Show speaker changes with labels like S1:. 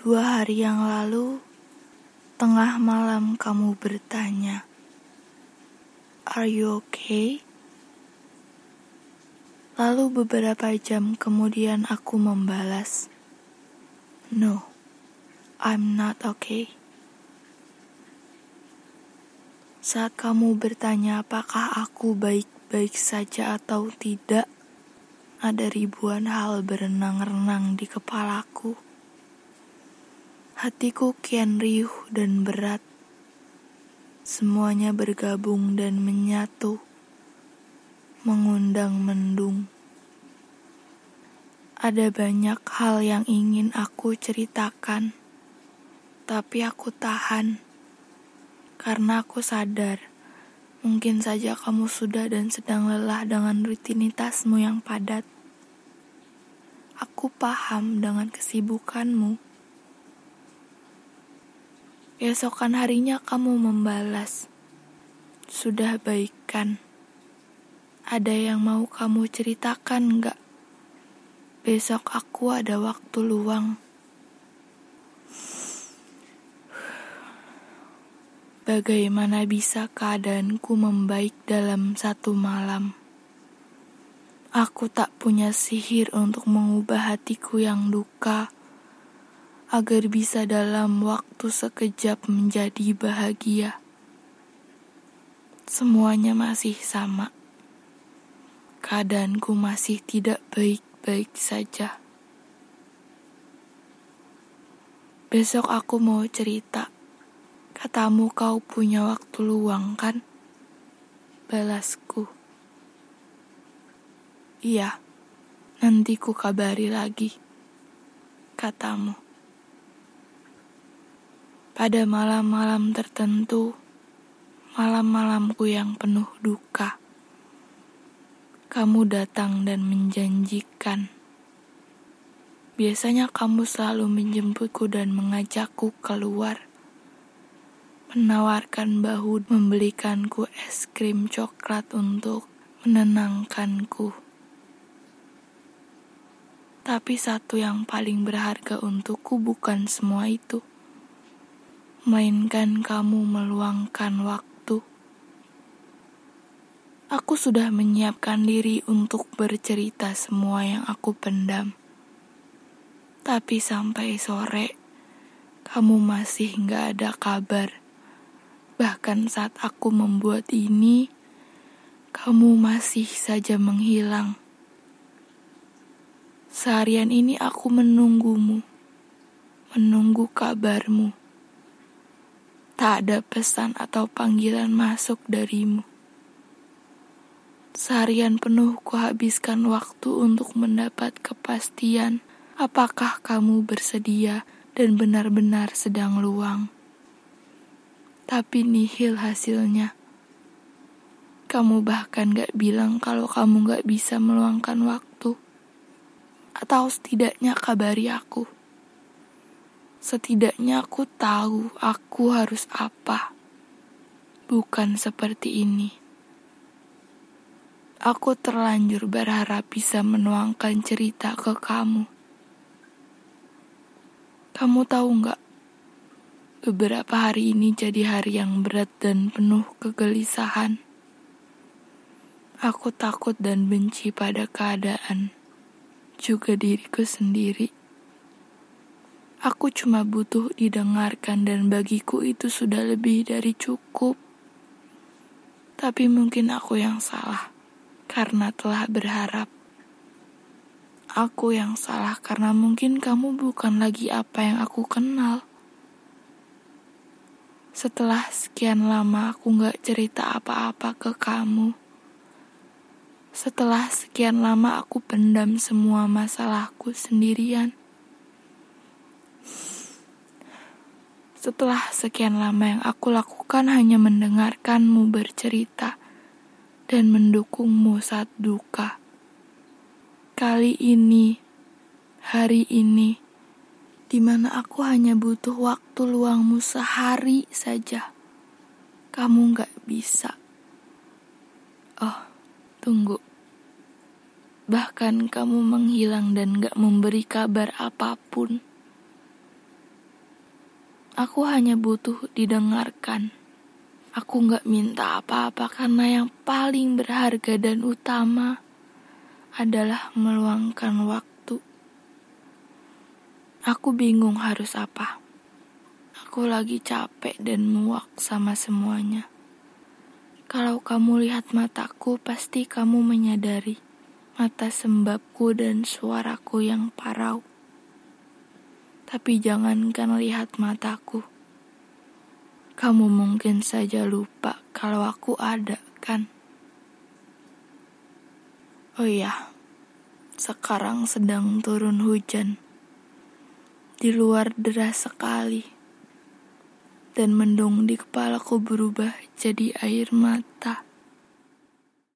S1: 2 hari yang lalu, tengah malam kamu bertanya, "Are you okay?" Lalu beberapa jam kemudian aku membalas, "No, I'm not okay." Saat kamu bertanya apakah aku baik-baik saja atau tidak, ada ribuan hal berenang-renang di kepalaku. Hatiku kian riuh dan berat. Semuanya bergabung dan menyatu, mengundang mendung. Ada banyak hal yang ingin aku ceritakan, tapi aku tahan. Karena aku sadar, mungkin saja kamu sudah dan sedang lelah dengan rutinitasmu yang padat. Aku paham dengan kesibukanmu. Keesokan harinya kamu membalas, "Sudah baik kan? Ada yang mau kamu ceritakan enggak? Besok aku ada waktu luang." Bagaimana bisa keadaanku membaik dalam satu malam? Aku tak punya sihir untuk mengubah hatiku yang duka, agar bisa dalam waktu sekejap menjadi bahagia. Semuanya masih sama. Keadaanku masih tidak baik-baik saja. Besok aku mau cerita. Katamu kau punya waktu luang kan? Balasku, "Iya, nanti ku kabari lagi." Katamu. Pada malam-malam tertentu, malam-malamku yang penuh duka, kamu datang dan menjanjikan. Biasanya kamu selalu menjemputku dan mengajakku keluar, menawarkan bahu, membelikanku es krim coklat untuk menenangkanku. Tapi satu yang paling berharga untukku bukan semua itu, melainkan kamu meluangkan waktu. Aku sudah menyiapkan diri untuk bercerita semua yang aku pendam. Tapi sampai sore, kamu masih gak ada kabar. Bahkan saat aku membuat ini, kamu masih saja menghilang. Seharian ini aku menunggumu, menunggu kabarmu. Tak ada pesan atau panggilan masuk darimu. Seharian penuh kuhabiskan waktu untuk mendapat kepastian apakah kamu bersedia dan benar-benar sedang luang. Tapi nihil hasilnya. Kamu bahkan gak bilang kalau kamu gak bisa meluangkan waktu. Atau setidaknya kabari aku. Setidaknya aku tahu aku harus apa. Bukan seperti ini. Aku terlanjur berharap bisa menuangkan cerita ke kamu. Kamu tahu gak? Beberapa hari ini jadi hari yang berat dan penuh kegelisahan. Aku takut dan benci pada keadaan, juga diriku sendiri. Aku cuma butuh didengarkan dan bagiku itu sudah lebih dari cukup. Tapi mungkin aku yang salah karena telah berharap. Aku yang salah karena mungkin kamu bukan lagi apa yang aku kenal. Setelah sekian lama aku gak cerita apa-apa ke kamu. Setelah sekian lama aku pendam semua masalahku sendirian. Setelah sekian lama yang aku lakukan hanya mendengarkanmu bercerita dan mendukungmu saat duka. Kali ini, hari ini, di mana aku hanya butuh waktu luangmu sehari saja, kamu gak bisa. Oh, tunggu. Bahkan kamu menghilang dan gak memberi kabar apapun. Aku hanya butuh didengarkan. Aku gak minta apa-apa karena yang paling berharga dan utama adalah meluangkan waktu. Aku bingung harus apa. Aku lagi capek dan muak sama semuanya. Kalau kamu lihat mataku, pasti kamu menyadari mata sembabku dan suaraku yang parau. Tapi jangankan lihat mataku. Kamu mungkin saja lupa kalau aku ada, kan? Oh iya, sekarang sedang turun hujan. Di luar deras sekali. Dan mendung di kepalaku berubah jadi air mata.